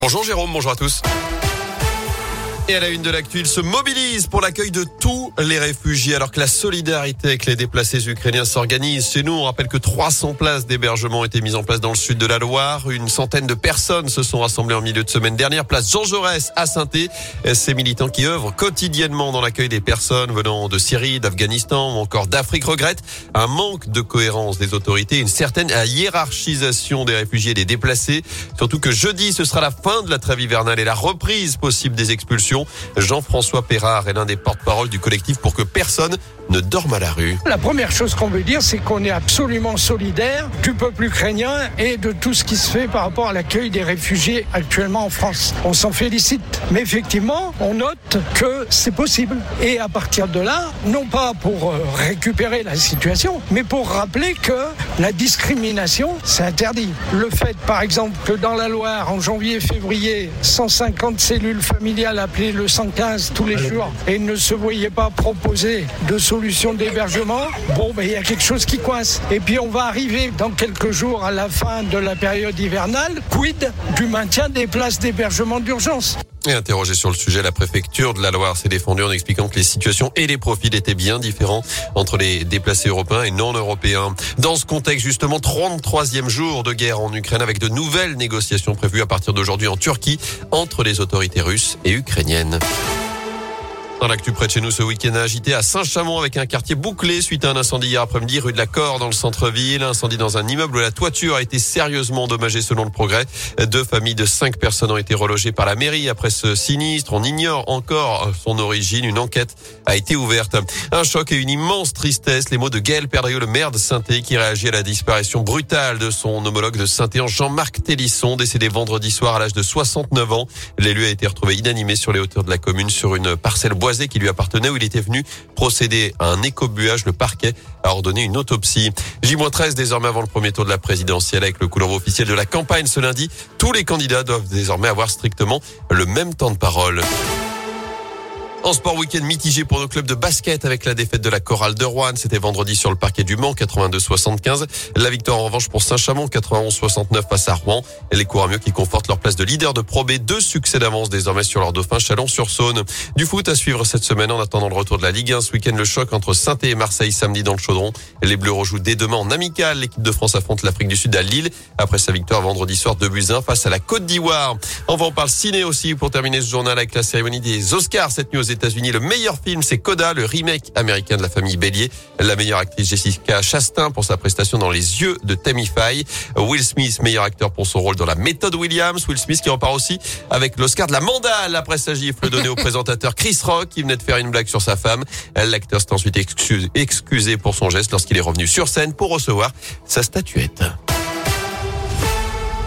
Bonjour Jérôme, bonjour à tous. Et à la une de l'actu, il se mobilise pour l'accueil de tous les réfugiés alors que la solidarité avec les déplacés ukrainiens s'organise. Chez nous, on rappelle que 300 places d'hébergement ont été mises en place dans le sud de la Loire. Une centaine de personnes se sont rassemblées en milieu de semaine dernière. Place Jean Jaurès à Saint-Étienne. Ces militants qui œuvrent quotidiennement dans l'accueil des personnes venant de Syrie, d'Afghanistan ou encore d'Afrique regrettent un manque de cohérence des autorités, une certaine hiérarchisation des réfugiés et des déplacés. Surtout que jeudi, ce sera la fin de la trêve hivernale et la reprise possible des expulsions. Jean-François Perrard est l'un des porte-parole du collectif pour que personne ne dorme à la rue. La première chose qu'on veut dire, c'est qu'on est absolument solidaire du peuple ukrainien et de tout ce qui se fait par rapport à l'accueil des réfugiés actuellement en France. On s'en félicite. Mais effectivement, on note que c'est possible. Et à partir de là, non pas pour récupérer la situation, mais pour rappeler que la discrimination, c'est interdit. Le fait, par exemple, que dans la Loire, en janvier-février, 150 cellules familiales appelaient le 115 tous les jours et ne se voyaient pas proposer de solution d'hébergement, il y a quelque chose qui coince. Et puis on va arriver dans quelques jours à la fin de la période hivernale. Quid du maintien des places d'hébergement d'urgence? Et interrogé sur le sujet, la préfecture de la Loire s'est défendue en expliquant que les situations et les profils étaient bien différents entre les déplacés européens et non européens. Dans ce contexte, justement, 33e jour de guerre en Ukraine avec de nouvelles négociations prévues à partir d'aujourd'hui en Turquie entre les autorités russes et ukrainiennes. Dans l'actu près de chez nous, ce week-end agité à Saint-Chamond avec un quartier bouclé suite à un incendie hier après-midi rue de la Corde dans le centre-ville. Incendie dans un immeuble où la toiture a été sérieusement endommagée selon le Progrès. 2 familles de 5 personnes ont été relogées par la mairie après ce sinistre. On ignore encore son origine. Une enquête a été ouverte. Un choc et une immense tristesse. Les mots de Gaël Perdriau, le maire de Saint-Étienne, qui réagit à la disparition brutale de son homologue de Saint-Étienne, Jean-Marc Télisson, décédé vendredi soir à l'âge de 69 ans. L'élu a été retrouvé inanimé sur les hauteurs de la commune sur une parcelle boisée qui lui appartenait où il était venu procéder à un écobuage. Le parquet a ordonné une autopsie. J-13 désormais avant le premier tour de la présidentielle avec le coup d'envoi officiel de la campagne ce lundi. Tous les candidats doivent désormais avoir strictement le même temps de parole. En sport, week-end mitigé pour nos clubs de basket avec la défaite de la Chorale de Roanne. C'était vendredi sur le parquet du Mans, 82-75. La victoire en revanche pour Saint-Chamond, 91-69 face à Rouen. Et les Couramieux qui confortent leur place de leader de Pro B. 2 succès d'avance désormais sur leur dauphin Chalon-sur-Saône. Du foot à suivre cette semaine en attendant le retour de la Ligue 1. Ce week-end, le choc entre Saint-Étienne et Marseille samedi dans le Chaudron. Les Bleus rejouent dès demain en amical. L'équipe de France affronte l'Afrique du Sud à Lille après sa victoire vendredi soir 2-1 face à la Côte d'Ivoire. On parle ciné aussi pour terminer ce journal avec la cérémonie des Oscars cette nuit aux États-Unis. Le meilleur film, c'est Coda, le remake américain de la famille Bélier. La meilleure actrice Jessica Chastain pour sa prestation dans Les Yeux de Tammy Faye. Will Smith, meilleur acteur pour son rôle dans La Méthode Williams. Will Smith qui repart aussi avec l'Oscar de la mandale après sa gifle donnée au présentateur Chris Rock qui venait de faire une blague sur sa femme. L'acteur s'est ensuite excusé pour son geste lorsqu'il est revenu sur scène pour recevoir sa statuette.